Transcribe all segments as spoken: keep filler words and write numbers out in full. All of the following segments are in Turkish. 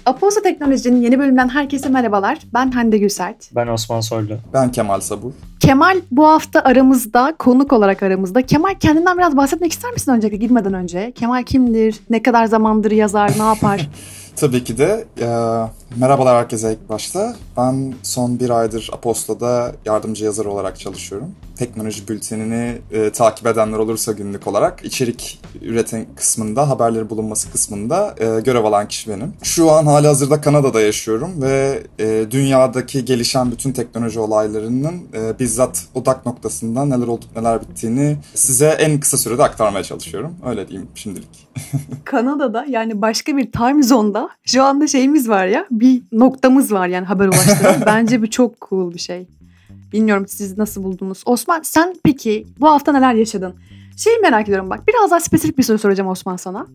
Aposto Teknoloji'nin yeni bölümünden herkese merhabalar. Ben Hande Gülsert. Ben Osman Soylu. Ben Kemal Sabur. Kemal bu hafta aramızda, konuk olarak aramızda. Kemal, kendinden biraz bahsetmek ister misin öncelikle girmeden önce? Kemal kimdir? Ne kadar zamandır yazar? Ne yapar? Tabii ki de. E, merhabalar herkese ilk başta. Ben son bir aydır Aposto'da yardımcı yazar olarak çalışıyorum. Teknoloji bültenini e, takip edenler olursa günlük olarak içerik üreten kısmında, haberleri bulunması kısmında e, görev alan kişi benim. Şu an halihazırda Kanada'da yaşıyorum ve e, dünyadaki gelişen bütün teknoloji olaylarının e, bizzat odak noktasında neler olup neler bittiğini size en kısa sürede aktarmaya çalışıyorum. Öyle diyeyim şimdilik. Kanada'da, yani başka bir time zone'da şu anda şeyimiz var ya, bir noktamız var yani haber ulaştıran. Bence bu çok cool bir şey. Bilmiyorum siz nasıl buldunuz. Osman, sen peki bu hafta neler yaşadın? Şeyi merak ediyorum bak. Biraz daha spesifik bir soru soracağım Osman sana.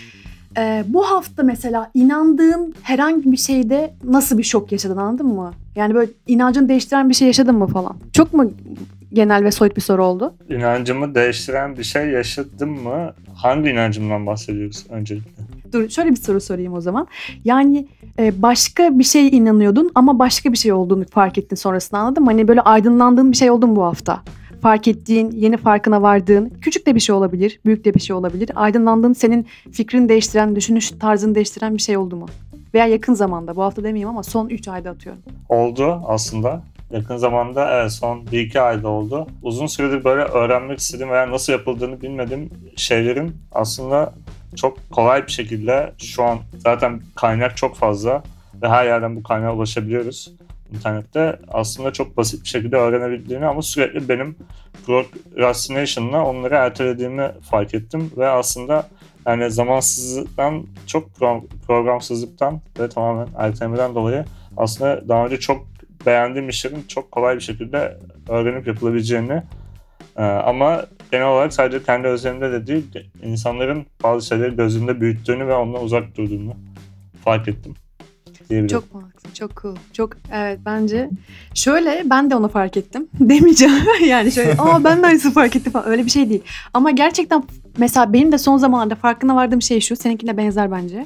Ee, bu hafta mesela inandığın herhangi bir şeyde nasıl bir şok yaşadın, anladın mı? Yani böyle inancını değiştiren bir şey yaşadın mı falan? Çok mu genel ve soyut bir soru oldu? İnancımı değiştiren bir şey yaşadım mı? Hangi inancımdan bahsediyoruz öncelikle? Dur, şöyle bir soru sorayım o zaman. Yani e, başka bir şeye inanıyordun ama başka bir şey olduğunu fark ettin sonrasında, anladın mı? Hani böyle aydınlandığın bir şey oldu mu bu hafta? Fark ettiğin, yeni farkına vardığın, küçük de bir şey olabilir, büyük de bir şey olabilir. Aydınlandığın, senin fikrini değiştiren, düşünüş tarzını değiştiren bir şey oldu mu? Veya yakın zamanda, bu hafta demeyeyim ama son üç ayda atıyorum. Oldu aslında. Yakın zamanda, evet, son bir iki ayda oldu. Uzun süredir böyle öğrenmek istediğim veya nasıl yapıldığını bilmediğim şeylerin aslında çok kolay bir şekilde, şu an zaten kaynak çok fazla ve her yerden bu kaynağa ulaşabiliyoruz. İnternette aslında çok basit bir şekilde öğrenebildiğini ama sürekli benim procrastination'la onları ertelediğimi fark ettim ve aslında yani zamansızlıktan çok pro- programsızlıktan ve tamamen ertelemeden dolayı aslında daha önce çok beğendiğim işlerin çok kolay bir şekilde öğrenip yapılabileceğini ee, ama genel olarak sadece kendi özelimde de değil, insanların bazı şeyleri gözünde büyüttüğünü ve ondan uzak durduğunu fark ettim diyebilirim. Çok mantıklı, çok cool. Çok, evet, bence şöyle, ben de onu fark ettim demeyeceğim. Yani şöyle, aa ben de aynısını fark ettim falan, öyle bir şey değil. Ama gerçekten mesela benim de son zamanlarda farkına vardığım şey şu, seninkine benzer bence.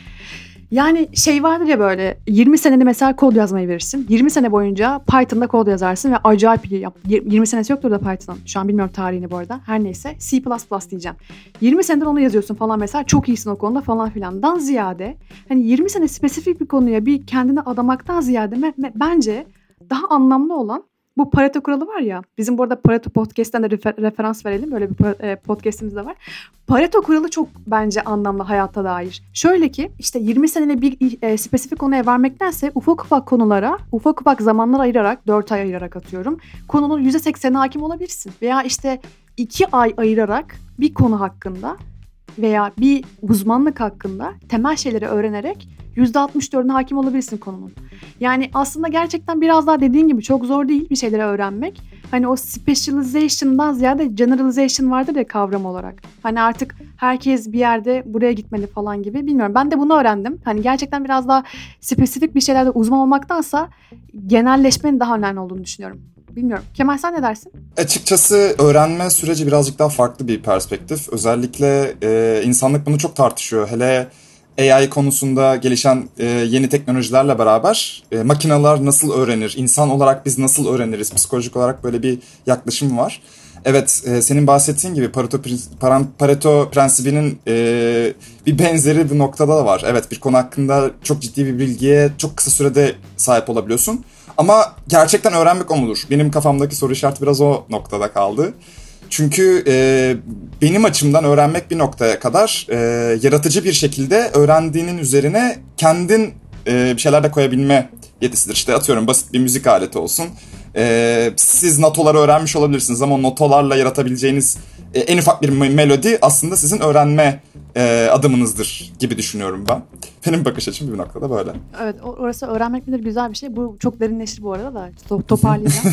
Yani şey vardır ya, böyle yirmi senede mesela kod yazmayı verirsin. yirmi sene boyunca Python'da kod yazarsın ve acayip iyi yap. yirmi senesi yoktur da Python'ın. Şu an bilmiyorum tarihini bu arada. Her neyse, C plus plus diyeceğim. yirmi senedir onu yazıyorsun falan mesela. Çok iyisin o konuda falan filandan ziyade. Hani yirmi sene spesifik bir konuya bir kendine adamaktan ziyade me- me- bence daha anlamlı olan bu Pareto kuralı var ya. Bizim bu arada Pareto Podcast'ten de refer- referans verelim. Böyle bir e, podcast'imiz de var. Pareto kuralı çok bence anlamlı hayata dair. Şöyle ki işte yirmi senede bir e, spesifik konuya vermektense ufak ufak konulara, ufak ufak zamanlar ayırarak, dört ay ayırarak atıyorum, konunun yüzde seksenine hakim olabilirsin. Veya işte iki ay ayırarak bir konu hakkında veya bir uzmanlık hakkında temel şeyleri öğrenerek yüzde altmış dördüne hakim olabilirsin konunun. Yani aslında gerçekten biraz daha dediğin gibi çok zor değil bir şeyleri öğrenmek. Hani o specialization'dan ziyade generalization vardır ya kavram olarak. Hani artık herkes bir yerde buraya gitmeli falan gibi. Bilmiyorum, ben de bunu öğrendim. Hani gerçekten biraz daha spesifik bir şeylerde uzman olmaktansa genelleşmenin daha önemli olduğunu düşünüyorum. Bilmiyorum. Kemal, sen ne dersin? Açıkçası öğrenme süreci birazcık daha farklı bir perspektif. Özellikle e, insanlık bunu çok tartışıyor. Hele A I konusunda gelişen e, yeni teknolojilerle beraber e, makineler nasıl öğrenir, insan olarak biz nasıl öğreniriz, psikolojik olarak böyle bir yaklaşım var. Evet, e, senin bahsettiğin gibi Pareto, Pareto prensibinin e, bir benzeri bir noktada da var. Evet, bir konu hakkında çok ciddi bir bilgiye çok kısa sürede sahip olabiliyorsun. Ama gerçekten öğrenmek o mudur? Benim kafamdaki soru işareti biraz o noktada kaldı. Çünkü e, benim açımdan öğrenmek bir noktaya kadar e, yaratıcı bir şekilde öğrendiğinin üzerine kendin e, bir şeyler de koyabilme yetisidir. İşte atıyorum basit bir müzik aleti olsun. E, siz notaları öğrenmiş olabilirsiniz ama o notalarla yaratabileceğiniz e, en ufak bir melodi aslında sizin öğrenme e, adımınızdır gibi düşünüyorum ben. Benim bakış açım bir noktada böyle. Evet, orası öğrenmek midir, güzel bir şey. Bu çok derinleşir bu arada da. To- toparlayacağım.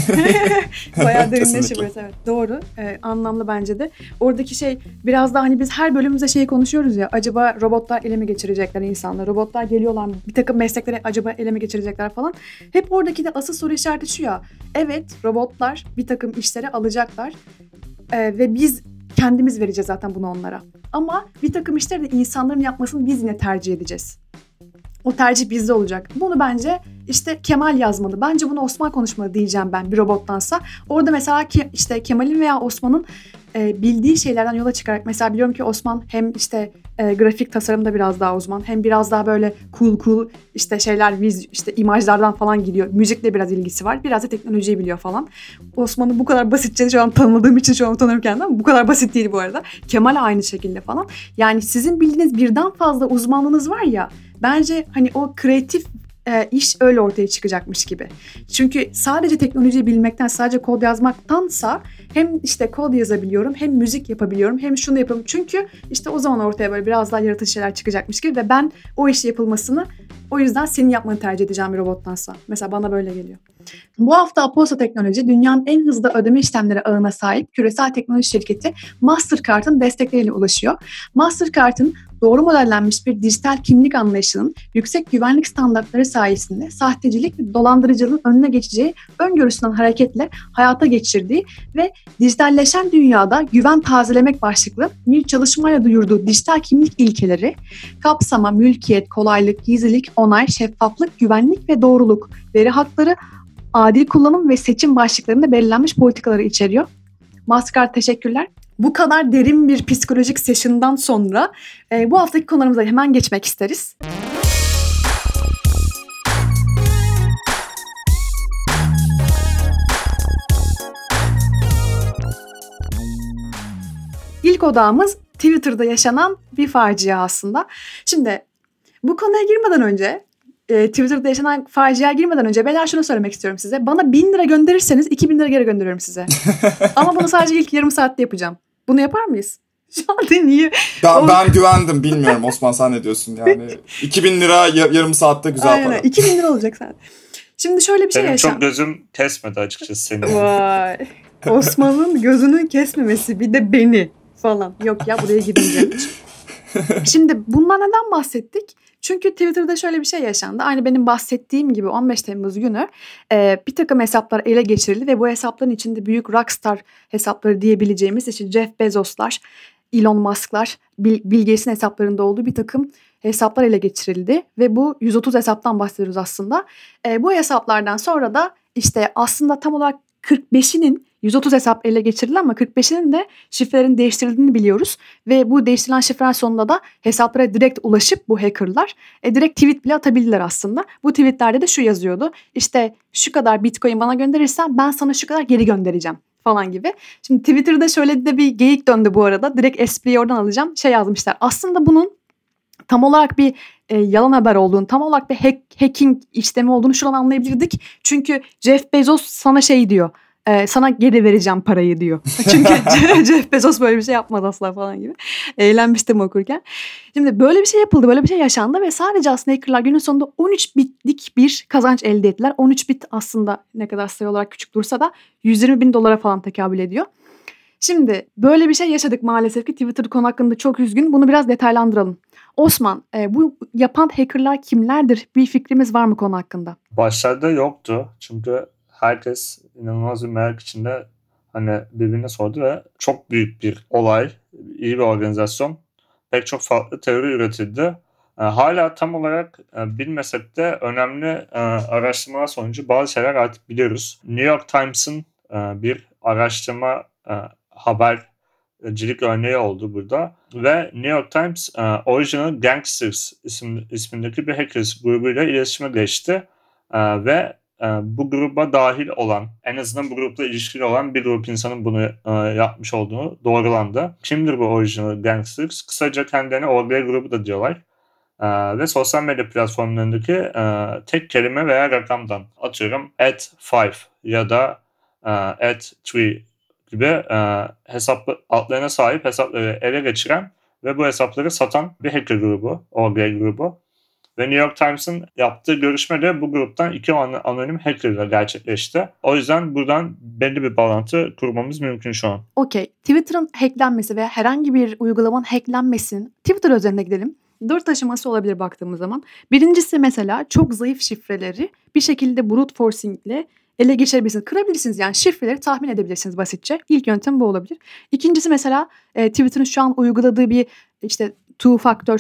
Bayağı derinleşir burası, evet. Doğru. Ee, anlamlı bence de. Oradaki şey biraz daha hani biz her bölümümüzde şeyi konuşuyoruz ya. Acaba robotlar ele mi geçirecekler insanları? Robotlar geliyorlar mı? Bir takım meslekleri acaba ele mi geçirecekler falan. Hep oradaki de asıl soru işareti şu ya. Evet, robotlar bir takım işleri alacaklar. Ee, ve biz kendimiz vereceğiz zaten bunu onlara. Ama bir takım işleri de insanların yapmasını biz yine tercih edeceğiz. O tercih bizde olacak. Bunu bence işte Kemal yazmalı. Bence bunu Osman konuşmalı diyeceğim ben bir robottansa. Orada mesela ki, işte Kemal'in veya Osman'ın e, bildiği şeylerden yola çıkarak, mesela biliyorum ki Osman hem işte e, grafik tasarımda biraz daha uzman, hem biraz daha böyle cool cool işte şeyler, viz, işte imajlardan falan gidiyor. Müzikle biraz ilgisi var. Biraz da teknolojiyi biliyor falan. Osman'ı bu kadar basitçe şu an tanımadığım için şu an utanıyorum kendimden, ama bu kadar basit değil bu arada. Kemal aynı şekilde falan. Yani sizin bildiğiniz birden fazla uzmanlığınız var ya, bence hani o kreatif e, iş öyle ortaya çıkacakmış gibi. Çünkü sadece teknolojiyi bilmekten, sadece kod yazmaktansa hem işte kod yazabiliyorum, hem müzik yapabiliyorum, hem şunu yapıyorum. Çünkü işte o zaman ortaya böyle biraz daha yaratıcı şeyler çıkacakmış gibi ve ben o işi yapılmasını, o yüzden senin yapmanı tercih edeceğim bir robottansa. Mesela bana böyle geliyor. Bu hafta Aposto Teknoloji, dünyanın en hızlı ödeme işlemleri ağına sahip küresel teknoloji şirketi Mastercard'ın destekleriyle ulaşıyor. Mastercard'ın doğru modellenmiş bir dijital kimlik anlayışının yüksek güvenlik standartları sayesinde sahtecilik ve dolandırıcılığın önüne geçeceği öngörüsünden hareketle hayata geçirdiği ve dijitalleşen dünyada güven tazelemek başlıklı bir çalışmayla duyurduğu dijital kimlik ilkeleri, kapsama, mülkiyet, kolaylık, gizlilik, onay, şeffaflık, güvenlik ve doğruluk, veri hakları, adil kullanım ve seçim başlıklarında belirlenmiş politikaları içeriyor. Mastercard teşekkürler. Bu kadar derin bir psikolojik session'dan sonra e, bu haftaki konularımıza hemen geçmek isteriz. İlk odağımız Twitter'da yaşanan bir facia aslında. Şimdi bu konuya girmeden önce, e, Twitter'da yaşanan faciaya girmeden önce beyler şunu söylemek istiyorum size. Bana bin lira gönderirseniz iki bin lira geri gönderiyorum size. Ama bunu sadece ilk yarım saatte yapacağım. Bunu yapar mıyız? Şu an niye? Ben, ben güvendim, bilmiyorum Osman, sen ne diyorsun yani? iki bin lira ya- yarım saatte güzel Aynen, para. iki bin lira olacak zaten. Şimdi şöyle bir şey Benim yaşandı. çok gözüm kesmedi açıkçası senin. Vay. Osman'ın gözünün kesmemesi, bir de beni falan. Yok ya, buraya girmeyeceğim hiç. Şimdi bundan neden bahsettik? Çünkü Twitter'da şöyle bir şey yaşandı. Aynı benim bahsettiğim gibi on beş Temmuz günü e, bir takım hesaplar ele geçirildi ve bu hesapların içinde büyük rockstar hesapları diyebileceğimiz işte Jeff Bezos'lar, Elon Musk'lar, Bill, Bill Gates'in hesaplarında olduğu bir takım hesaplar ele geçirildi ve bu yüz otuz hesaptan bahsediyoruz aslında. E, bu hesaplardan sonra da işte aslında tam olarak kırk beşinin yüz otuz hesap ele geçirildi ama kırk beşinin de şifrelerin değiştirildiğini biliyoruz. Ve bu değiştirilen şifreler sonunda da hesaplara direkt ulaşıp bu hackerlar e, direkt tweet bile atabildiler aslında. Bu tweetlerde de şu yazıyordu: İşte şu kadar Bitcoin bana gönderirsen ben sana şu kadar geri göndereceğim falan gibi. Şimdi Twitter'da şöyle de bir geyik döndü bu arada. Direkt espriyi oradan alacağım. Şey yazmışlar. Aslında bunun tam olarak bir e, yalan haber olduğunu, tam olarak bir hack, hacking işlemi olduğunu şuradan anlayabilirdik. Çünkü Jeff Bezos sana şey diyor. E, sana geri vereceğim parayı diyor. Çünkü Jeff Bezos böyle bir şey yapmaz asla falan gibi. Eğlenmiştim okurken. Şimdi böyle bir şey yapıldı, böyle bir şey yaşandı ve sadece aslında hackerlar günün sonunda on üç bitlik bir kazanç elde ettiler. on üç bit aslında ne kadar sayı olarak küçük dursa da yüz yirmi bin dolara falan tekabül ediyor. Şimdi böyle bir şey yaşadık maalesef ki. Twitter konu hakkında çok üzgün. Bunu biraz detaylandıralım. Osman, e, bu yapan hackerlar kimlerdir? Bir fikrimiz var mı konu hakkında? Başlarda yoktu. Çünkü herkes inanılmaz bir merak içinde hani birbirine sordu ve çok büyük bir olay, iyi bir organizasyon. Pek çok farklı teori üretildi. E, hala tam olarak e, bilmesek de önemli e, araştırmalar sonucu bazı şeyler artık biliyoruz. New York Times'ın e, bir araştırma e, habercilik örneği oldu burada. Ve New York Times e, Original Gangsters isim, ismindeki bir hackers grubuyla iletişime geçti. E, ve e, bu gruba dahil olan, en azından bu grupla ilişkili olan bir grup insanın bunu e, yapmış olduğunu doğrulandı. Kimdir bu Original Gangsters? Kısaca kendilerine O G grubu da diyorlar. E, ve sosyal medya platformlarındaki e, tek kelime veya rakamdan, atıyorum at five ya da e, at three gibi e, hesap adlarına sahip hesapları ele geçiren ve bu hesapları satan bir hacker grubu, O G grubu. Ve New York Times'ın yaptığı görüşmede bu gruptan iki an- anonim hackerla gerçekleşti. O yüzden buradan belli bir bağlantı kurmamız mümkün şu an. Okey. Twitter'ın hacklenmesi veya herhangi bir uygulamanın hacklenmesinin, Twitter özelinde gidelim, dört aşaması olabilir baktığımız zaman. Birincisi mesela çok zayıf şifreleri bir şekilde brute forcing ile ele geçirebilirsiniz. Kırabilirsiniz, yani şifreleri tahmin edebilirsiniz basitçe. İlk yöntem bu olabilir. İkincisi mesela e, Twitter'ın şu an uyguladığı bir işte two factor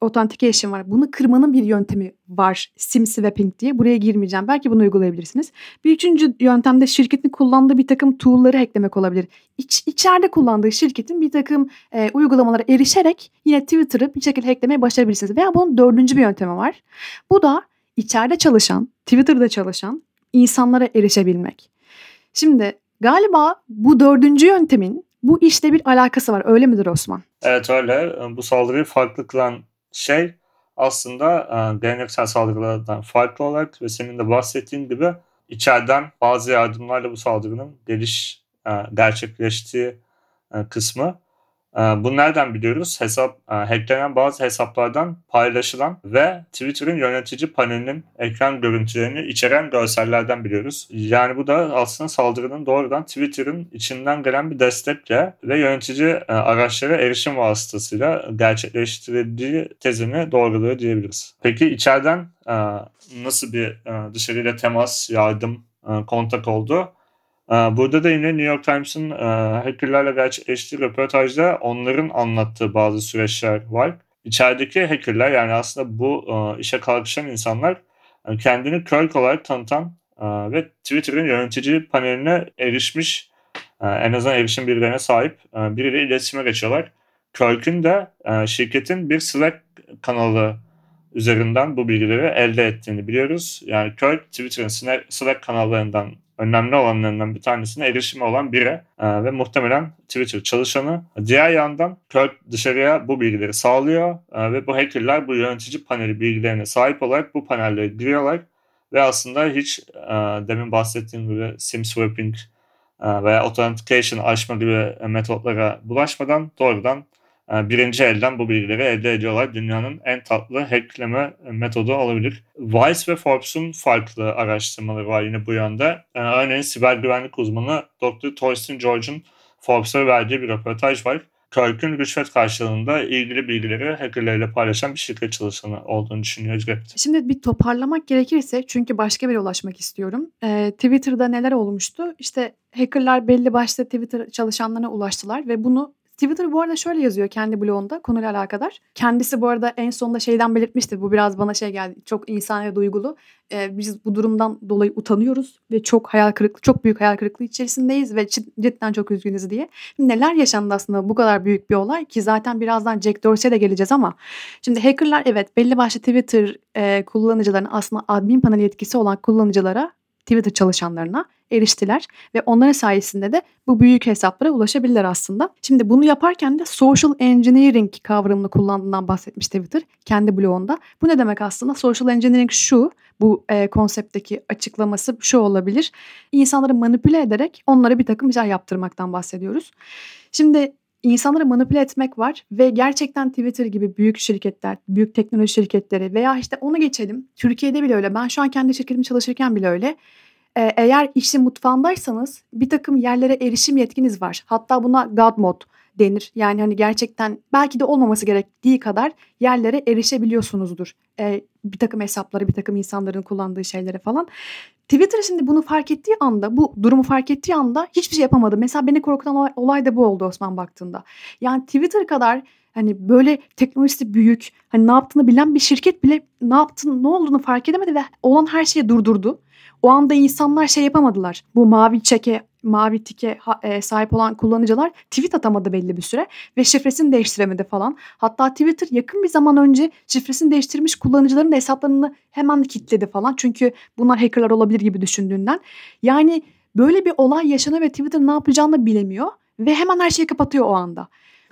authentication var. Bunu kırmanın bir yöntemi var. SIM swapping diye. Buraya girmeyeceğim. Belki bunu uygulayabilirsiniz. Bir üçüncü yöntemde şirketin kullandığı bir takım tool'ları hacklemek olabilir. İç, içeride kullandığı şirketin bir takım e, uygulamalara erişerek yine Twitter'ı bir şekilde hacklemeye başarabilirsiniz. Veya bunun dördüncü bir yöntemi var. Bu da içeride çalışan, Twitter'da çalışan insanlara erişebilmek. Şimdi galiba bu dördüncü yöntemin bu işte bir alakası var. Öyle midir Osman? Evet öyle. Bu saldırıyı farklı kılan şey aslında e, geleneksel saldırılardan farklı olarak ve senin de bahsettiğin gibi içeriden bazı yardımlarla bu saldırının geliş e, gerçekleştiği e, kısmı. E, bunu nereden biliyoruz? Hesap e, hacklenen bazı hesaplardan paylaşılan ve Twitter'ın yönetici panelinin ekran görüntülerini içeren görsellerden biliyoruz. Yani bu da aslında saldırının doğrudan Twitter'ın içinden gelen bir destekle ve yönetici e, araçlara erişim vasıtasıyla gerçekleştirildiği tezini doğruluyor diyebiliriz. Peki içeriden e, nasıl bir e, dışarıyla temas, yardım, e, kontak oldu? Burada da yine New York Times'ın e, hackerlarla gerçekleştiği röportajda onların anlattığı bazı süreçler var. İçerideki hackerlar, yani aslında bu e, işe kalkışan insanlar e, kendini Kirk olarak tanıtan e, ve Twitter'ın yönetici paneline erişmiş, e, en azından erişim bilgilerine sahip e, biriyle iletişime geçiyorlar. Kirk'ün de e, şirketin bir Slack kanalı üzerinden bu bilgileri elde ettiğini biliyoruz. Yani Kirk, Twitter'ın Slack kanallarından önemli olanlarından bir tanesine erişimi olan biri e, ve muhtemelen Twitter çalışanı. Diğer yandan Kirk dışarıya bu bilgileri sağlıyor e, ve bu hackerlar bu yönetici paneli bilgilerine sahip olarak bu panellere giriyorlar ve aslında hiç e, demin bahsettiğim gibi SIM swapping e, veya authentication aşma gibi metotlara bulaşmadan doğrudan birinci elden bu bilgileri elde ediyorlar. Dünyanın en tatlı hackleme metodu olabilir. Vice ve Forbes'un farklı araştırmaları var yine bu yönde. Örneğin siber güvenlik uzmanı doktor Thorsten George'un Forbes'a verdiği bir röportaj var. Kirk'ün rüşvet karşılığında ilgili bilgileri hackerlarıyla paylaşan bir şirket çalışanı olduğunu düşünüyor Özgür. Şimdi bir toparlamak gerekirse, çünkü başka bir ulaşmak istiyorum. Ee, Twitter'da neler olmuştu? İşte hackerlar belli başlı Twitter çalışanlarına ulaştılar ve bunu Twitter bu arada şöyle yazıyor kendi blogunda konuyla alakadar. Kendisi bu arada en sonunda şeyden belirtmişti. Bu biraz bana şey geldi. Çok insani ve duygulu. Ee, biz bu durumdan dolayı utanıyoruz ve çok hayal kırıklığı, çok büyük hayal kırıklığı içerisindeyiz ve cidden çok üzgünüz diye. Neler yaşandı aslında bu kadar büyük bir olay ki zaten birazdan Jack Dorsey'e de geleceğiz ama şimdi hackerlar evet belli başlı Twitter e, kullanıcılarının aslında admin panel yetkisi olan kullanıcılara, Twitter çalışanlarına eriştiler ve onların sayesinde de bu büyük hesaplara ulaşabilirler aslında. Şimdi bunu yaparken de social engineering kavramını kullandığından bahsetmiş Twitter kendi blogunda. Bu ne demek aslında? Social engineering şu, bu e, konseptteki açıklaması şu olabilir. İnsanları manipüle ederek onlara bir takım şeyler yaptırmaktan bahsediyoruz. Şimdi İnsanları manipüle etmek var ve gerçekten Twitter gibi büyük şirketler, büyük teknoloji şirketleri veya işte onu geçelim. Türkiye'de bile öyle. Ben şu an kendi şirketimde çalışırken bile öyle. Ee, eğer işin mutfağındaysanız bir takım yerlere erişim yetkiniz var. Hatta buna God Mode denir. Yani hani gerçekten belki de olmaması gerektiği kadar yerlere erişebiliyorsunuzdur. Ee, bir takım hesapları, bir takım insanların kullandığı şeylere falan. Twitter şimdi bunu fark ettiği anda, bu durumu fark ettiği anda hiçbir şey yapamadı. Mesela beni korkutan olay, olay da bu oldu Osman baktığında. Yani Twitter kadar hani böyle teknolojisi büyük, hani ne yaptığını bilen bir şirket bile ne yaptığını, ne olduğunu fark edemedi ve olan her şeyi durdurdu. O anda insanlar şey yapamadılar. Bu mavi çeke, mavi tike e, sahip olan kullanıcılar tweet atamadı belli bir süre ve şifresini değiştiremedi falan. Hatta Twitter yakın bir zaman önce şifresini değiştirmiş kullanıcıların da hesaplarını hemen kilitledi falan. Çünkü bunlar hackerlar olabilir gibi düşündüğünden. Yani böyle bir olay yaşanıyor ve Twitter ne yapacağını da bilemiyor ve hemen her şeyi kapatıyor o anda.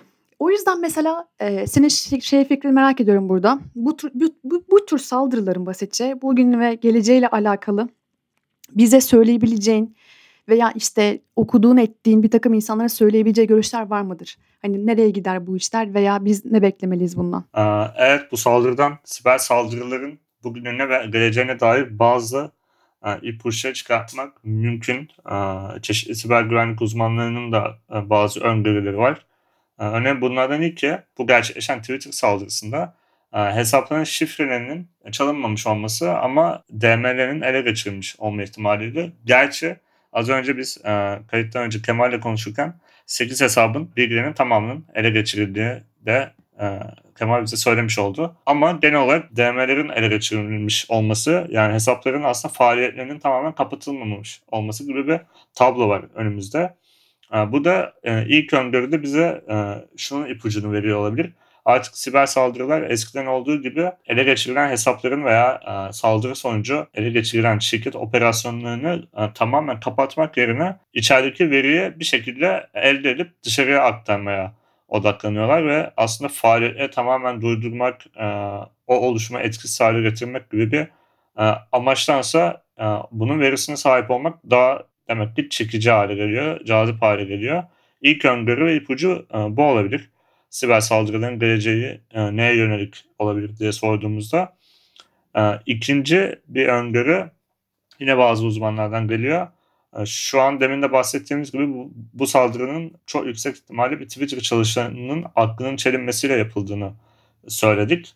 O yüzden mesela e, senin şey fikrini merak ediyorum burada. Bu tür, bu, bu, bu tür saldırıların basitçe bugün ve geleceğiyle alakalı bize söyleyebileceğin veya işte okuduğun ettiğin bir takım insanlara söyleyebileceği görüşler var mıdır? Hani nereye gider bu işler veya biz ne beklemeliyiz bundan? Evet, bu saldırıdan, siber saldırıların bugününe ve geleceğine dair bazı ipuçları çıkartmak mümkün. Çeşitli siber güvenlik uzmanlarının da bazı öngörüleri var. Örneğin bunlardan ilki bu gerçekleşen Twitter saldırısında hesapların şifrelerinin çalınmamış olması ama D M'lerin ele geçirilmiş olma ihtimaliyle. Gerçi az önce biz kayıttan önce Kemal'le konuşurken sekiz hesabın bilgilerinin tamamının ele geçirildiği de Kemal bize söylemiş oldu. Ama genel olarak D M'lerin ele geçirilmiş olması, yani hesapların aslında faaliyetlerinin tamamen kapatılmamış olması gibi bir tablo var önümüzde. Bu da ilk öngörüde bize şunun ipucunu veriyor olabilir. Artık siber saldırılar eskiden olduğu gibi ele geçirilen hesapların veya saldırı sonucu ele geçirilen şirket operasyonlarını tamamen kapatmak yerine içerideki veriyi bir şekilde elde edip dışarıya aktarmaya odaklanıyorlar ve aslında faaliyetleri tamamen durdurmak, o oluşumu etkisiz hale getirmek gibi bir amaçtansa bunun verisine sahip olmak daha demek ki çekici hale geliyor, cazip hale geliyor. İlk öngörü ve ipucu bu olabilir. Siber saldırıların geleceği neye yönelik olabilir diye sorduğumuzda. İkinci bir öngörü yine bazı uzmanlardan geliyor. Şu an demin de bahsettiğimiz gibi bu, bu saldırının çok yüksek ihtimalle bir Twitter çalışanının aklının çelinmesiyle yapıldığını söyledik.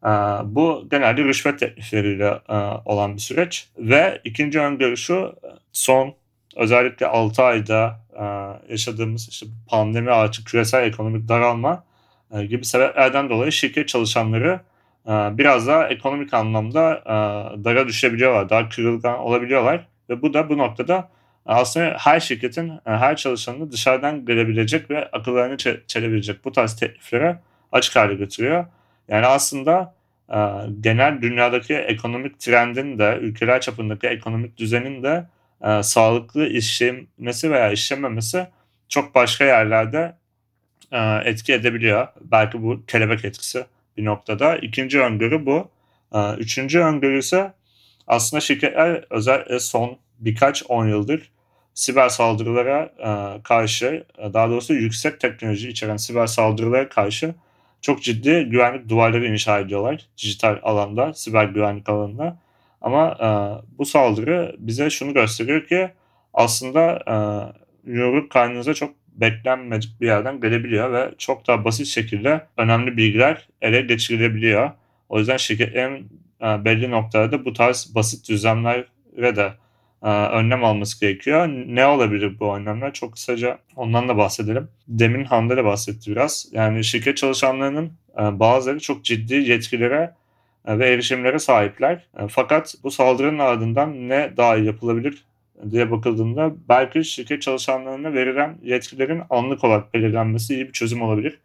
Bu genelde rüşvet teklifleriyle olan bir süreç. Ve ikinci öngörü şu, son özellikle altı ayda yaşadığımız işte pandemi artı küresel ekonomik daralma gibi sebeplerden dolayı şirket çalışanları biraz daha ekonomik anlamda dara düşebiliyorlar, daha kırılgan olabiliyorlar. Ve bu da bu noktada aslında her şirketin, her çalışanını dışarıdan gelebilecek ve akıllarını çelebilecek bu tarz tekliflere açık hale getiriyor. Yani aslında genel dünyadaki ekonomik trendin de, ülkeler çapındaki ekonomik düzenin de sağlıklı işlemesi veya işlememesi çok başka yerlerde etki edebiliyor. Belki bu kelebek etkisi bir noktada. İkinci öngörü bu. Üçüncü öngörü ise aslında şirketler özellikle son birkaç on yıldır siber saldırılara karşı, daha doğrusu yüksek teknoloji içeren siber saldırılara karşı çok ciddi güvenlik duvarları inşa ediyorlar dijital alanda, siber güvenlik alanında. Ama bu saldırı bize şunu gösteriyor ki aslında yumruk karnınıza çok beklenmedik bir yerden gelebiliyor ve çok daha basit şekilde önemli bilgiler ele geçirilebiliyor. O yüzden şirketlerin belli noktalarda bu tarz basit düzenlere de önlem alması gerekiyor. Ne olabilir bu önlemler? Çok kısaca ondan da bahsedelim. Demin Hande de bahsetti biraz. Yani şirket çalışanlarının bazıları çok ciddi yetkilere ve erişimlere sahipler. Fakat bu saldırının ardından ne daha iyi yapılabilir diye bakıldığında belki şirket çalışanlarına verilen yetkilerin anlık olarak belirlenmesi iyi bir çözüm olabilir.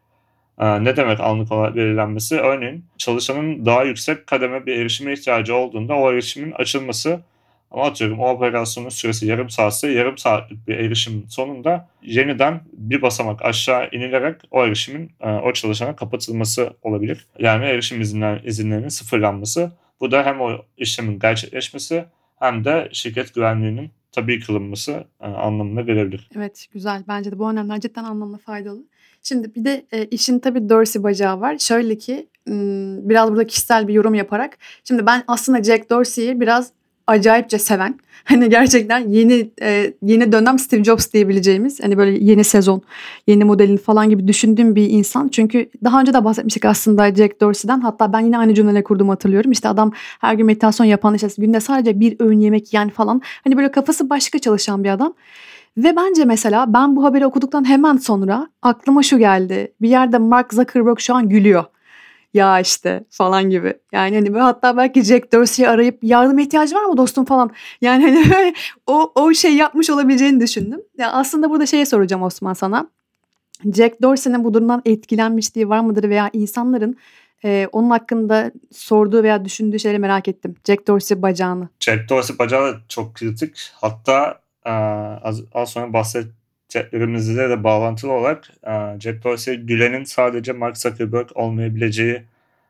Ne demek anlık olarak belirlenmesi? Örneğin çalışanın daha yüksek kademe bir erişime ihtiyacı olduğunda o erişimin açılması, ama atıyorum o operasyonun süresi yarım saatse yarım saatlik bir erişim sonunda yeniden bir basamak aşağı inilerek o erişimin o çalışana kapatılması olabilir. Yani erişim izinler, izinlerinin sıfırlanması. Bu da hem o işlemin gerçekleşmesi hem de şirket güvenliğinin tabii kılınması anlamına gelebilir. Evet, güzel. Bence de bu önlemler cidden anlamlı faydalı. Şimdi bir de e, işin tabii Dorsey bacağı var. Şöyle ki biraz burada kişisel bir yorum yaparak. Şimdi ben aslında Jack Dorsey'i biraz acayipçe seven, hani gerçekten yeni e, yeni dönem Steve Jobs diyebileceğimiz, hani böyle yeni sezon, yeni modelin falan gibi düşündüğüm bir insan. Çünkü daha önce de bahsetmiştik aslında Jack Dorsey'den. Hatta ben yine aynı cümleleri kurduğumu hatırlıyorum. İşte adam her gün meditasyon yapan, işte günde sadece bir öğün yemek yiyen falan. Hani böyle kafası başka çalışan bir adam. Ve bence mesela ben bu haberi okuduktan hemen sonra aklıma şu geldi. Bir yerde Mark Zuckerberg şu an gülüyor. Ya işte falan gibi. Yani hani hatta belki Jack Dorsey'i arayıp yardım ihtiyacı var mı dostum falan. Yani hani o o şey yapmış olabileceğini düşündüm. Ya aslında burada şeye soracağım Osman sana. Jack Dorsey'nin bu durumdan etkilenmişliği var mıdır veya insanların e, onun hakkında sorduğu veya düşündüğü şeyleri merak ettim. Jack Dorsey bacağını. Jack Dorsey bacağı da çok kritik. Hatta az, az sonra bahsedeceklerimizle de bağlantılı olarak Jack Dorsey gülenin sadece Mark Zuckerberg olmayabileceği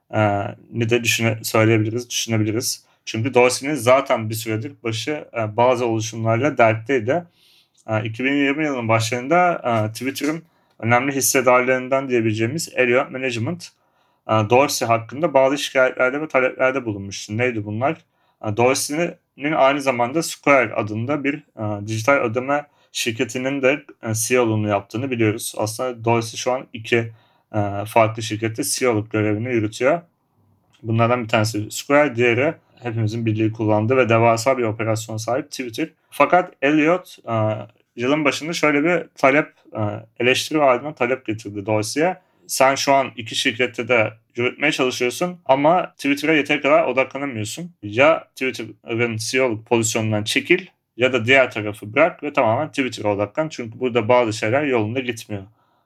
ne de düşüne, söyleyebiliriz, düşünebiliriz. Çünkü Dorsey'nin zaten bir süredir başı bazı oluşumlarla dertteydi. iki bin yirmi yılının başlarında Twitter'ın önemli hissedarlarından diyebileceğimiz Elliott Management Dorsey hakkında bazı şikayetlerde ve taleplerde bulunmuştu. Neydi bunlar? Dorsey'nin aynı zamanda Square adında bir dijital ödeme şirketinin de C E O'luğunu yaptığını biliyoruz. Aslında Dorsey şu an iki farklı şirkette C E O'luk görevini yürütüyor. Bunlardan bir tanesi Square, diğeri hepimizin bildiği, kullandığı ve devasa bir operasyon sahip Twitter. Fakat Elliott yılın başında şöyle bir talep, eleştiri ardından talep getirdi Dorsey'e. sen şu an iki şirkette de yürütmeye çalışıyorsun ama Twitter'a yeteri kadar odaklanamıyorsun. Ya Twitter'ın C E O'luk pozisyonundan çekil ya da diğer tarafı bırak ve tamamen Twitter'a odaklan. Çünkü burada bazı şeyler yolunda gitmiyor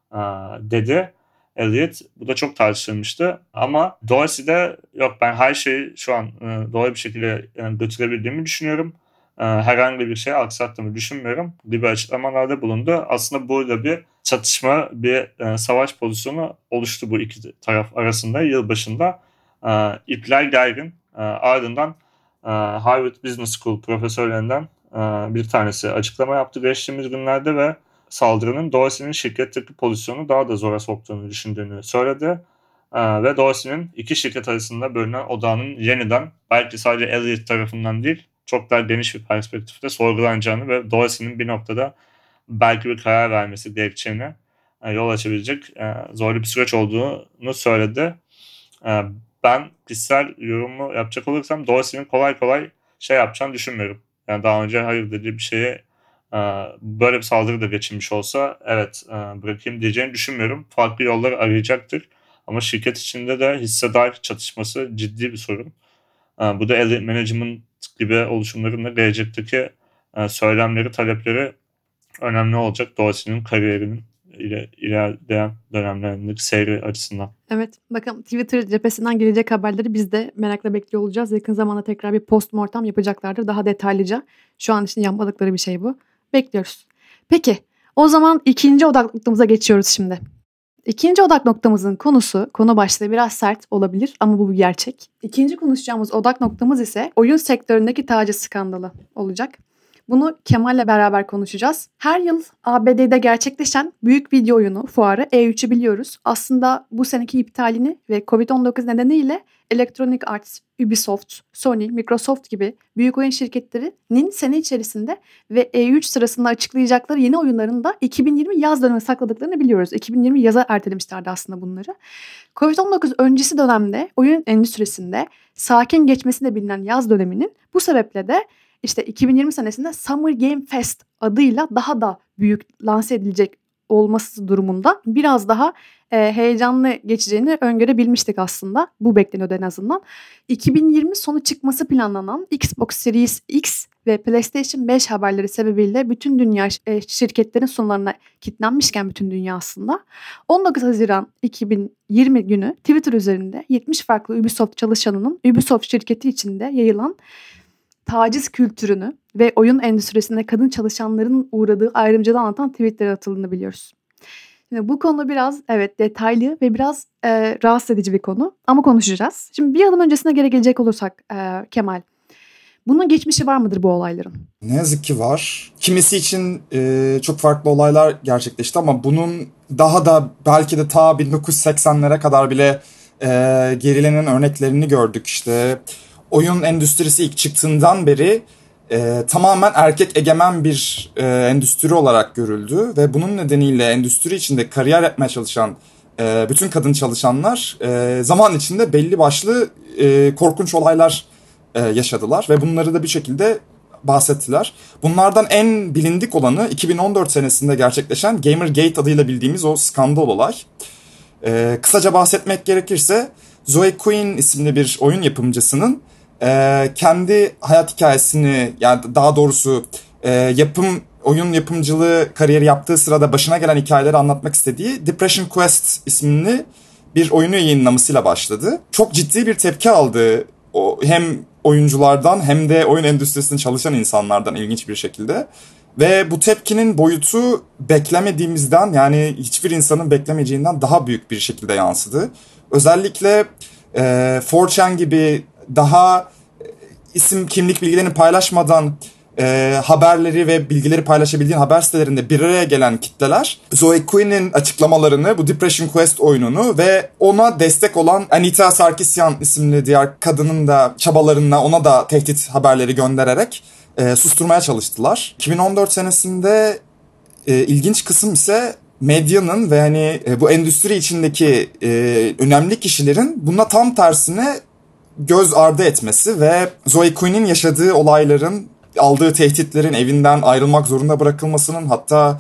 dedi Elliot. Bu da çok tartışılmıştı. Ama Dorsey de yok, ben her şeyi şu an doğru bir şekilde götürebildiğimi düşünüyorum. Herhangi bir şey aksattığımı düşünmüyorum gibi açıklamalarda bulundu. Aslında burada bir çatışma, bir savaş pozisyonu oluştu bu iki taraf arasında yılbaşında. İpler gergin. Ardından Harvard Business School profesörlerinden bir tanesi açıklama yaptı geçtiğimiz günlerde ve saldırının Dorsey'nin şirketteki pozisyonu daha da zora soktuğunu düşündüğünü söyledi. Ve Dorsey'nin iki şirket arasında bölünen odağının yeniden, belki sadece Elliot tarafından değil, çok daha geniş bir perspektifte sorgulanacağını ve Dorsey'nin bir noktada belki bir karar vermesi gerekeceğini yol açabilecek zorlu bir süreç olduğunu söyledi. Ben kişisel yorumu yapacak olursam Dorsey'nin kolay kolay şey yapacağını düşünmüyorum. Yani daha önce hayır dediği bir şeye böyle bir saldırı da geçirmiş olsa evet bırakayım diyeceğini düşünmüyorum. Farklı yolları arayacaktır. Ama şirket içinde de hissedar çatışması ciddi bir sorun. Bu da Elliott Management gibi oluşumların da gelecekteki söylemleri, talepleri önemli olacak Dorsey'nin kariyerinin ilerleyen dönemlerindeki seyri açısından. Evet, bakalım Twitter cephesinden gelecek haberleri biz de merakla bekliyor olacağız. Yakın zamanda tekrar bir postmortem yapacaklardır daha detaylıca. Şu an için yapmadıkları bir şey bu. Bekliyoruz. Peki, o zaman ikinci odak noktamıza geçiyoruz şimdi. İkinci odak noktamızın konusu, konu başlığı biraz sert olabilir ama bu bir gerçek. İkinci konuşacağımız odak noktamız ise oyun sektöründeki taciz skandalı olacak. Bunu Kemal'le beraber konuşacağız. Her yıl A B D'de gerçekleşen büyük video oyunu fuarı E üç'ü biliyoruz. Aslında bu seneki iptalini ve covid on dokuz nedeniyle Electronic Arts, Ubisoft, Sony, Microsoft gibi büyük oyun şirketlerinin sene içerisinde ve E üç sırasında açıklayacakları yeni oyunların da iki bin yirmi yaz dönemine sakladıklarını biliyoruz. iki bin yirmi yaza ertelemişlerdi aslında bunları. covid on dokuz öncesi dönemde oyun endüstrisinde sakin geçmesiyle bilinen yaz döneminin bu sebeple de İşte iki bin yirmi senesinde Summer Game Fest adıyla daha da büyük lanse edilecek olması durumunda biraz daha e, heyecanlı geçeceğini öngörebilmiştik aslında. Bu bekleniyordu en azından. iki bin yirmi sonu çıkması planlanan Xbox Series X ve PlayStation beş haberleri sebebiyle bütün dünya e, şirketlerin sunularına kilitlenmişken bütün dünya aslında. on dokuz Haziran iki bin yirmi günü Twitter üzerinde yetmiş farklı Ubisoft çalışanının Ubisoft şirketi içinde yayılan taciz kültürünü ve oyun endüstrisinde kadın çalışanların uğradığı ayrımcılığı anlatan tweetler atıldığını biliyoruz. Şimdi bu konu biraz evet detaylı ve biraz e, rahatsız edici bir konu ama konuşacağız. Şimdi bir adım öncesine geri gelecek olursak e, Kemal, bunun geçmişi var mıdır bu olayların? Ne yazık ki var. Kimisi için e, çok farklı olaylar gerçekleşti ama bunun daha da belki de ta bin dokuz yüz seksenlere kadar bile e, gerilenen örneklerini gördük işte. Oyun endüstrisi ilk çıktığından beri e, tamamen erkek egemen bir e, endüstri olarak görüldü ve bunun nedeniyle endüstri içinde kariyer yapmaya çalışan e, bütün kadın çalışanlar e, zaman içinde belli başlı e, korkunç olaylar e, yaşadılar ve bunları da bir şekilde bahsettiler. Bunlardan en bilindik olanı iki bin on dört senesinde gerçekleşen Gamergate adıyla bildiğimiz o skandal olay. E, kısaca bahsetmek gerekirse Zoe Quinn isimli bir oyun yapımcısının e, kendi hayat hikayesini, yani daha doğrusu e, yapım oyun yapımcılığı kariyeri yaptığı sırada başına gelen hikayeleri anlatmak istediği Depression Quest isimli bir oyunu yayınlamasıyla başladı. Çok ciddi bir tepki aldı o, hem oyunculardan hem de oyun endüstrisinde çalışan insanlardan ilginç bir şekilde. Ve bu tepkinin boyutu beklemediğimizden, yani hiçbir insanın beklemeyeceğinden daha büyük bir şekilde yansıdı. Özellikle e, four chan gibi daha isim kimlik bilgilerini paylaşmadan e, haberleri ve bilgileri paylaşabildiğin haber sitelerinde bir araya gelen kitleler Zoe Quinn'in açıklamalarını, bu Depression Quest oyununu ve ona destek olan Anita Sarkeesian isimli diğer kadının da çabalarına, ona da tehdit haberleri göndererek e, susturmaya çalıştılar. iki bin on dört senesinde e, ilginç kısım ise medyanın ve hani e, bu endüstri içindeki e, önemli kişilerin buna tam tersine göz ardı etmesi ve Zoe Quinn'in yaşadığı olayların, aldığı tehditlerin, evinden ayrılmak zorunda bırakılmasının, hatta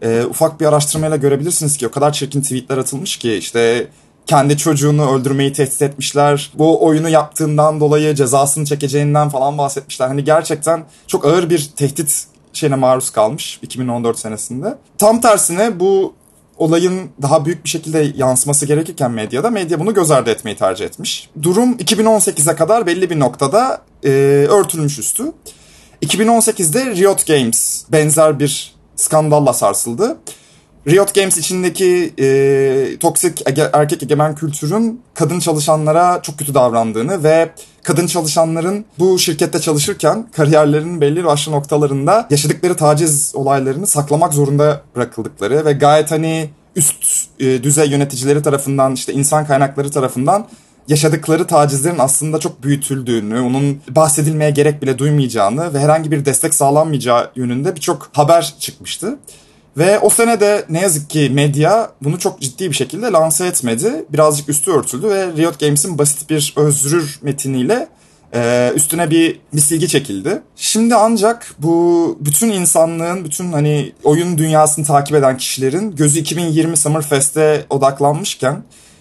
e, ufak bir araştırmayla görebilirsiniz ki o kadar çirkin tweetler atılmış ki işte kendi çocuğunu öldürmeyi tehdit etmişler. Bu oyunu yaptığından dolayı cezasını çekeceğinden falan bahsetmişler. Hani gerçekten çok ağır bir tehdit şeyine maruz kalmış iki bin on dört senesinde. Tam tersine bu olayın daha büyük bir şekilde yansıması gerekirken medyada, medya bunu göz ardı etmeyi tercih etmiş. Durum iki bin on sekize kadar belli bir noktada e, örtülmüş üstü. iki bin on sekizde Riot Games benzer bir skandalla sarsıldı. Riot Games içindeki e, toksik ege, erkek egemen kültürün kadın çalışanlara çok kötü davrandığını ve kadın çalışanların bu şirkette çalışırken kariyerlerinin belli başlı noktalarında yaşadıkları taciz olaylarını saklamak zorunda bırakıldıkları ve gayet hani üst e, düzey yöneticileri tarafından, işte insan kaynakları tarafından yaşadıkları tacizlerin aslında çok büyütüldüğünü, onun bahsedilmeye gerek bile duymayacağını ve herhangi bir destek sağlanmayacağı yönünde birçok haber çıkmıştı. Ve o sene de ne yazık ki medya bunu çok ciddi bir şekilde lanse etmedi. Birazcık üstü örtüldü ve Riot Games'in basit bir özrür metiniyle e, üstüne bir, bir silgi çekildi. Şimdi ancak bu bütün insanlığın, bütün hani oyun dünyasını takip eden kişilerin gözü iki bin yirmi Summerfest'e odaklanmışken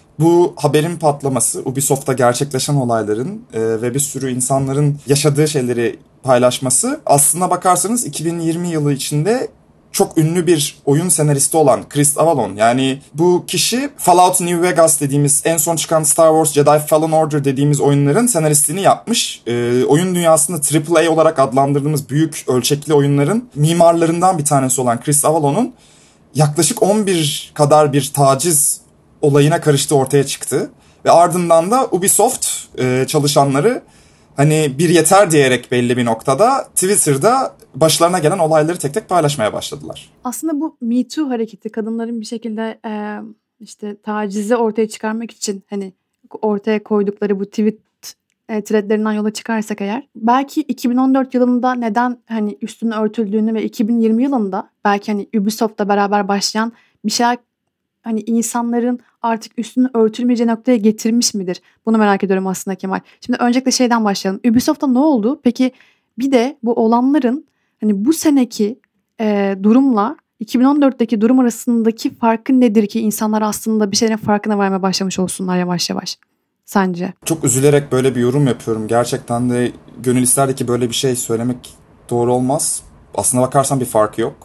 bu haberin patlaması, Ubisoft'ta gerçekleşen olayların e, ve bir sürü insanların yaşadığı şeyleri paylaşması, aslına bakarsanız iki bin yirmi yılı içinde çok ünlü bir oyun senaristi olan Chris Avellone, yani bu kişi Fallout New Vegas dediğimiz en son çıkan Star Wars Jedi Fallen Order dediğimiz oyunların senaristliğini yapmış. Ee, oyun dünyasında Triple A olarak adlandırdığımız büyük ölçekli oyunların mimarlarından bir tanesi olan Chris Avallone'un yaklaşık on bir kadar bir taciz olayına karıştığı ortaya çıktı. Ve ardından da Ubisoft e, çalışanları hani bir yeter diyerek belli bir noktada Twitter'da başlarına gelen olayları tek tek paylaşmaya başladılar. Aslında bu Me Too hareketi kadınların bir şekilde e, işte tacizi ortaya çıkarmak için hani ortaya koydukları bu tweet e, threadlerinden yola çıkarsak eğer, belki iki bin on dört yılında neden hani üstünün örtüldüğünü ve iki bin yirmi yılında belki hani Ubisoft'la beraber başlayan bir şey hani insanların artık üstünün örtülmeyeceği noktaya getirmiş midir? Bunu merak ediyorum aslında Kemal. Şimdi öncelikle şeyden başlayalım. Ubisoft'ta ne oldu? Peki bir de bu olanların hani bu seneki e, durumla iki bin on dörtteki durum arasındaki farkı nedir ki insanlar aslında bir şeylerin farkına varmaya başlamış olsunlar yavaş yavaş? Sence? Çok üzülerek böyle bir yorum yapıyorum. Gerçekten de gönül isterdi ki böyle bir şey söylemek doğru olmaz. Aslına bakarsan bir fark yok.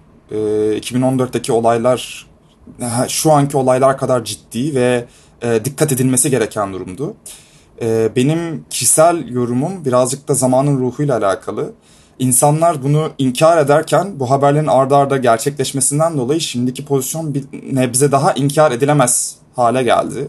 E, iki bin on dörtteki olaylar şu anki olaylar kadar ciddi ve e, dikkat edilmesi gereken durumdu. E, benim kişisel yorumum birazcık da zamanın ruhuyla alakalı. İnsanlar bunu inkar ederken bu haberlerin ardı arda gerçekleşmesinden dolayı şimdiki pozisyon bir nebze daha inkar edilemez hale geldi.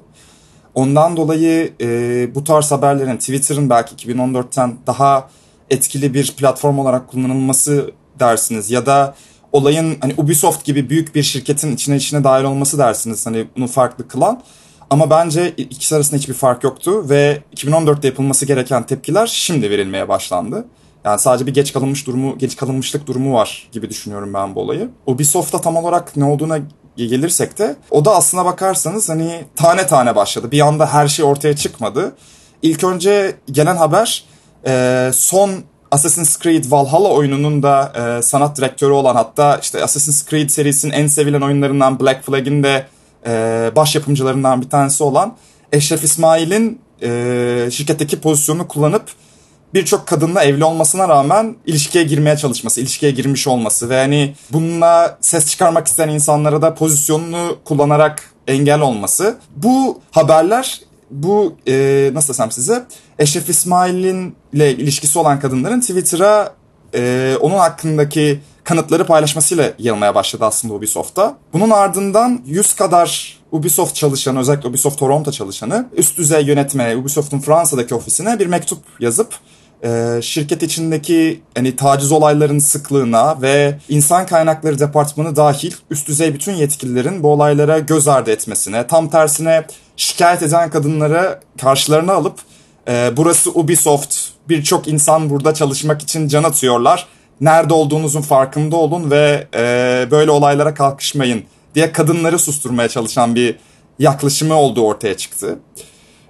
Ondan dolayı e, bu tarz haberlerin Twitter'ın belki iki bin on dörtten daha etkili bir platform olarak kullanılması dersiniz ya da olayın hani Ubisoft gibi büyük bir şirketin içine içine dahil olması dersiniz hani bunu farklı kılan. Ama bence ikisi arasında hiçbir fark yoktu ve iki bin on dörtte yapılması gereken tepkiler şimdi verilmeye başlandı. Yani sadece bir geç kalınmış durumu, geç kalınmışlık durumu var gibi düşünüyorum ben bu olayı. Ubisoft'ta tam olarak ne olduğuna gelirsek de o da aslına bakarsanız hani tane tane başladı. Bir anda her şey ortaya çıkmadı. İlk önce gelen haber e, son Assassin's Creed Valhalla oyununun da e, sanat direktörü olan, hatta işte Assassin's Creed serisinin en sevilen oyunlarından Black Flag'in de e, baş yapımcılarından bir tanesi olan Eşref İsmail'in e, şirketteki pozisyonunu kullanıp birçok kadınla evli olmasına rağmen ilişkiye girmeye çalışması, ilişkiye girmiş olması ve hani bununla ses çıkarmak isteyen insanlara da pozisyonunu kullanarak engel olması. Bu haberler, bu e, nasıl desem size, Eşref İsmail'in ile ilişkisi olan kadınların Twitter'a e, onun hakkındaki kanıtları paylaşmasıyla yayılmaya başladı aslında Ubisoft'ta. Bunun ardından yüz kadar Ubisoft çalışanı, özellikle Ubisoft Toronto çalışanı üst düzey yönetmeye, Ubisoft'un Fransa'daki ofisine bir mektup yazıp e, şirket içindeki hani taciz olaylarının sıklığına ve insan kaynakları departmanı dahil üst düzey bütün yetkililerin bu olaylara göz ardı etmesine, tam tersine şikayet eden kadınları karşılarına alıp e, burası Ubisoft, birçok insan burada çalışmak için can atıyorlar, nerede olduğunuzun farkında olun ve e, böyle olaylara kalkışmayın diye kadınları susturmaya çalışan bir yaklaşımı olduğu ortaya çıktı.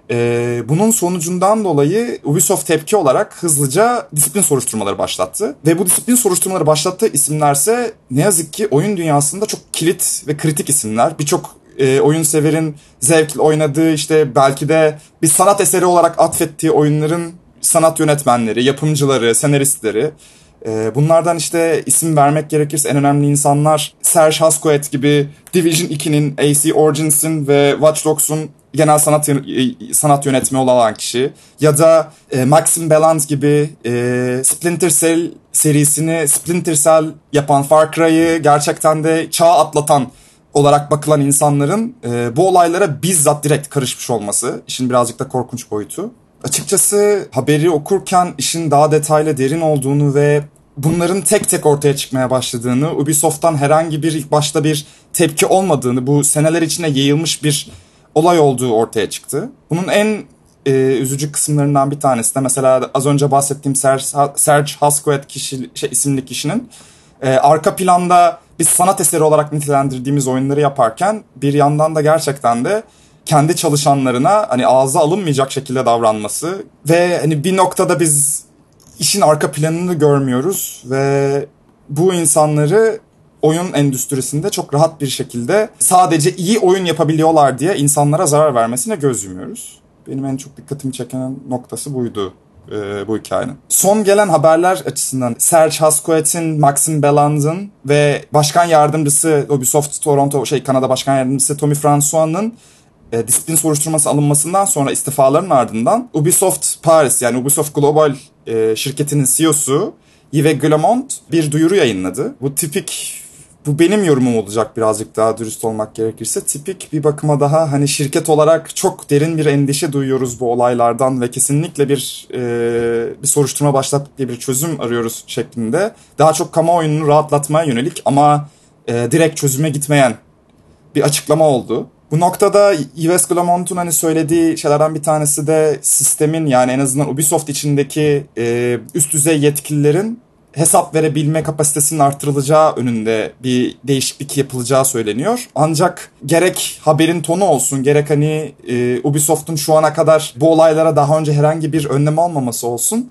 Ee, bunun sonucundan dolayı Ubisoft tepki olarak hızlıca disiplin soruşturmaları başlattı. Ve bu disiplin soruşturmaları başlattığı isimlerse ne yazık ki oyun dünyasında çok kilit ve kritik isimler. Birçok e, oyun severin zevkle oynadığı, işte belki de bir sanat eseri olarak atfettiği oyunların sanat yönetmenleri, yapımcıları, senaristleri. Ee, bunlardan işte isim vermek gerekirse en önemli insanlar Serge Hascoët gibi Division iki'nin, A C Origins'in ve Watch Dogs'un genel sanat sanat yönetmeni olan kişi, ya da e, Maxime Belland gibi e, Splinter Cell serisini Splinter Cell yapan, Far Cry'ı gerçekten de çağ atlatan olarak bakılan insanların e, bu olaylara bizzat direkt karışmış olması işin birazcık da korkunç boyutu. Açıkçası haberi okurken işin daha detaylı, derin olduğunu ve bunların tek tek ortaya çıkmaya başladığını, Ubisoft'tan herhangi bir ilk başta bir tepki olmadığını, bu seneler içinde yayılmış bir olay olduğu ortaya çıktı. Bunun en e, üzücü kısımlarından bir tanesi de mesela az önce bahsettiğim Serge, Serge Hascoët kişi, şey, isimli kişinin e, arka planda biz sanat eseri olarak nitelendirdiğimiz oyunları yaparken bir yandan da gerçekten de kendi çalışanlarına hani ağza alınmayacak şekilde davranması ve hani bir noktada biz işin arka planını görmüyoruz ve bu insanları oyun endüstrisinde çok rahat bir şekilde sadece iyi oyun yapabiliyorlar diye insanlara zarar vermesine göz yumuyoruz. Benim en çok dikkatimi çeken noktası buydu e, bu hikayenin. Son gelen haberler açısından Serge Hascoët'in, Maxime Belland'ın ve başkan yardımcısı Ubisoft Toronto şey Kanada başkan yardımcısı Tommy François'nın E, disiplin soruşturması alınmasından sonra istifaların ardından Ubisoft Paris, yani Ubisoft Global e, şirketinin C E O'su Yves Guillemot bir duyuru yayınladı. Bu tipik, bu benim yorumum olacak birazcık daha dürüst olmak gerekirse. Tipik bir bakıma daha hani şirket olarak çok derin bir endişe duyuyoruz bu olaylardan ve kesinlikle bir e, bir soruşturma başlattık diye bir çözüm arıyoruz şeklinde. Daha çok kamuoyunu rahatlatmaya yönelik ama e, direkt çözüme gitmeyen bir açıklama oldu. Bu noktada Yves Guillemot'un hani söylediği şeylerden bir tanesi de sistemin, yani en azından Ubisoft içindeki e, üst düzey yetkililerin hesap verebilme kapasitesinin artırılacağı önünde bir değişiklik yapılacağı söyleniyor. Ancak gerek haberin tonu olsun, gerek hani e, Ubisoft'un şu ana kadar bu olaylara daha önce herhangi bir önlem almaması olsun,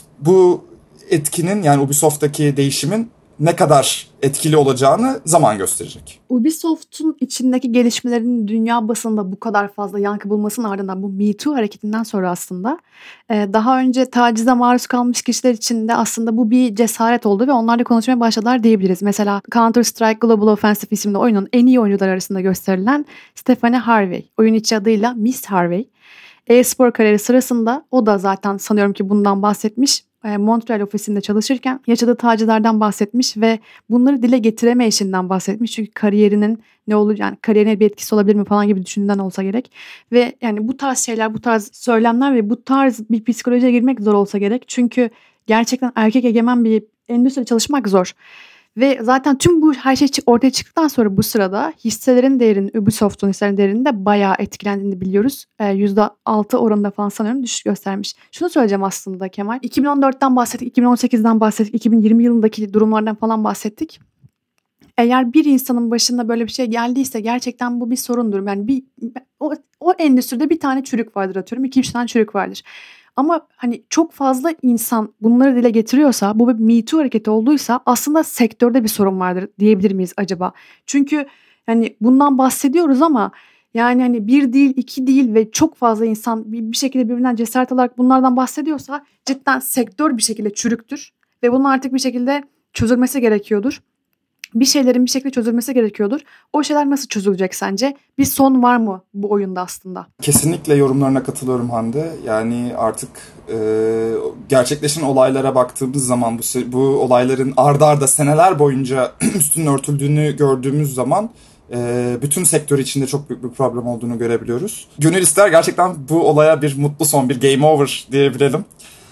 bu etkinin, yani Ubisoft'taki değişimin ne kadar etkili olacağını zaman gösterecek. Ubisoft'un içindeki gelişmelerin dünya basında bu kadar fazla yankı bulmasının ardından bu Me Too hareketinden sonra aslında daha önce tacize maruz kalmış kişiler için de aslında bu bir cesaret oldu ve onlarla konuşmaya başladılar diyebiliriz. Mesela Counter Strike Global Offensive isimli oyunun en iyi oyuncular arasında gösterilen Stephanie Harvey, oyun içi adıyla Miss Harvey, e-spor kariyeri sırasında o da zaten sanıyorum ki bundan bahsetmiş. Montreal ofisinde çalışırken yaşadığı tacizlerden bahsetmiş ve bunları dile getiremeyişinden bahsetmiş. Çünkü kariyerinin ne olur, yani kariyerine bir etkisi olabilir mi falan gibi düşündüğünden olsa gerek. Ve yani bu tarz şeyler, bu tarz söylemler ve bu tarz bir psikolojiye girmek zor olsa gerek. Çünkü gerçekten erkek egemen bir endüstride çalışmak zor. Ve zaten tüm bu her şey ortaya çıktıktan sonra bu sırada hisselerin değerinin, Ubisoft'un hisselerin değerinin de bayağı etkilendiğini biliyoruz. E, yüzde altı oranında falan sanıyorum düşüş göstermiş. Şunu söyleyeceğim aslında Kemal. iki bin on dörtten bahsettik, iki bin on sekizden bahsettik, iki bin yirmi yılındaki durumlardan falan bahsettik. Eğer bir insanın başına böyle bir şey geldiyse gerçekten bu bir sorundur. Yani bir o, o endüstride bir tane çürük vardır atıyorum. iki üç tane çürük vardır. Ama hani çok fazla insan bunları dile getiriyorsa, bu bir Me Too hareketi olduysa aslında sektörde bir sorun vardır diyebilir miyiz acaba? Çünkü hani bundan bahsediyoruz ama yani hani bir değil, iki değil ve çok fazla insan bir, bir şekilde birbirinden cesaret alarak bunlardan bahsediyorsa cidden sektör bir şekilde çürüktür ve bunun artık bir şekilde çözülmesi gerekiyordur. Bir şeylerin bir şekilde çözülmesi gerekiyordur. O şeyler nasıl çözülecek sence? Bir son var mı bu oyunda aslında? Kesinlikle yorumlarına katılıyorum Hande. Yani artık e, gerçekleşen olaylara baktığımız zaman bu, bu olayların arda arda seneler boyunca üstünün örtüldüğünü gördüğümüz zaman e, bütün sektör içinde çok büyük bir problem olduğunu görebiliyoruz. Gönül ister gerçekten bu olaya bir mutlu son, bir game over diyebilelim.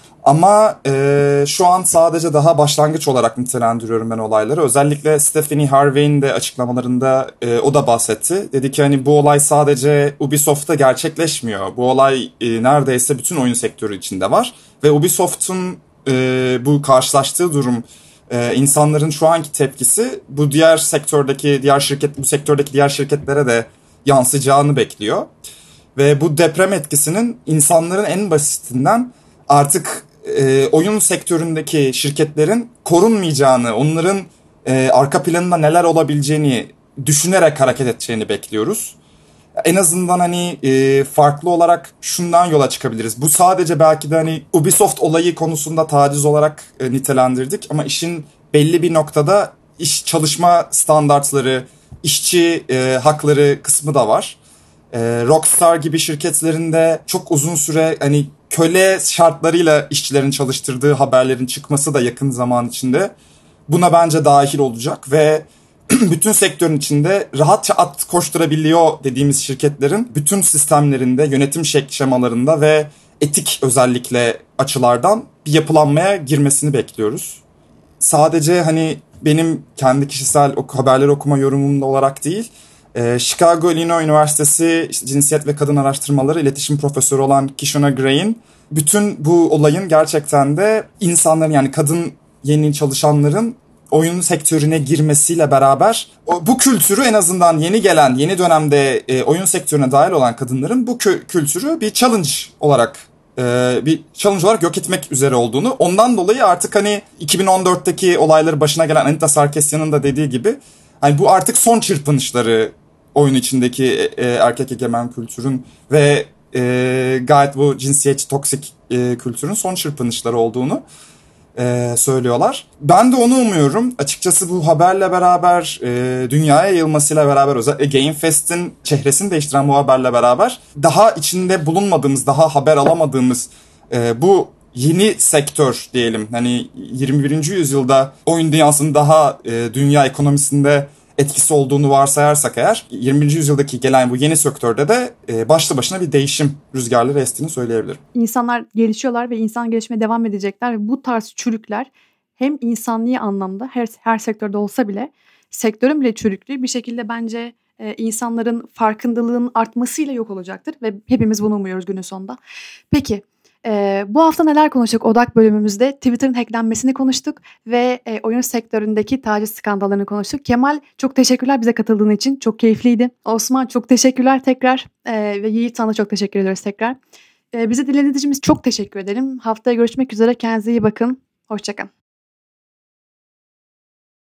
Ama e, şu an sadece daha başlangıç olarak nitelendiriyorum ben olayları. Özellikle Stephanie Harvey'in de açıklamalarında e, o da bahsetti. Dedi ki hani bu olay sadece Ubisoft'ta gerçekleşmiyor. Bu olay e, neredeyse bütün oyun sektörü içinde var. Ve Ubisoft'un e, bu karşılaştığı durum, e, insanların şu anki tepkisi bu diğer sektördeki diğer şirket bu sektördeki diğer şirketlere de yansıyacağını bekliyor. Ve bu deprem etkisinin insanların en basitinden artık e, oyun sektöründeki şirketlerin korunmayacağını, onların e, arka planında neler olabileceğini düşünerek hareket edeceğini bekliyoruz. En azından hani e, farklı olarak şundan yola çıkabiliriz. Bu sadece belki de hani Ubisoft olayı konusunda taciz olarak e, nitelendirdik ama işin belli bir noktada iş çalışma standartları, işçi e, hakları kısmı da var. E, Rockstar gibi şirketlerinde çok uzun süre hani köle şartlarıyla işçilerin çalıştırdığı haberlerin çıkması da yakın zaman içinde buna bence dahil olacak ve bütün sektörün içinde rahatça at koşturabiliyor dediğimiz şirketlerin bütün sistemlerinde, yönetim şemalarında ve etik özellikle açılardan bir yapılanmaya girmesini bekliyoruz. Sadece hani benim kendi kişisel haberleri okuma yorumumda olarak değil, Chicago Illinois Üniversitesi işte Cinsiyet ve Kadın Araştırmaları İletişim Profesörü olan Kishona Gray'in bütün bu olayın gerçekten de insanların yani kadın yeni çalışanların oyun sektörüne girmesiyle beraber o, bu kültürü en azından yeni gelen, yeni dönemde e, oyun sektörüne dahil olan kadınların bu kö- kültürü bir challenge olarak e, bir challenge olarak yok etmek üzere olduğunu, ondan dolayı artık hani iki bin on dörtteki olayları başına gelen Anita Sarkeesian'ın da dediği gibi hani bu artık son çırpınışları oyun içindeki e, erkek egemen kültürün ve e, gayet bu cinsiyetçi toksik e, kültürün son çırpınışları olduğunu Ee, söylüyorlar. Ben de onu umuyorum. Açıkçası bu haberle beraber e, dünyaya yayılmasıyla beraber özellikle Game Fest'in çehresini değiştiren bu haberle beraber daha içinde bulunmadığımız, daha haber alamadığımız e, bu yeni sektör diyelim. Hani yirmi birinci yüzyılda oyun dünyasının daha e, dünya ekonomisinde etkisi olduğunu varsayarsak eğer yirmi birinci yüzyıldaki gelen bu yeni sektörde de e, başlı başına bir değişim rüzgarları estiğini söyleyebilirim. İnsanlar gelişiyorlar ve insan gelişmeye devam edecekler ve bu tarz çürükler hem insani anlamda her, her sektörde olsa bile sektörün bile çürüklüğü bir şekilde bence e, insanların farkındalığının artmasıyla yok olacaktır ve hepimiz bunu umuyoruz günün sonunda. Peki e, bu hafta neler konuştuk? Odak bölümümüzde Twitter'ın hacklenmesini konuştuk ve e, oyun sektöründeki taciz skandallarını konuştuk. Kemal çok teşekkürler bize katıldığın için. Çok keyifliydi. Osman çok teşekkürler tekrar e, ve Yiğit sana çok teşekkür ediyoruz tekrar. E, bizi dinlediğiniz için biz çok teşekkür ederim. Haftaya görüşmek üzere. Kendinize iyi bakın. Hoşça kalın.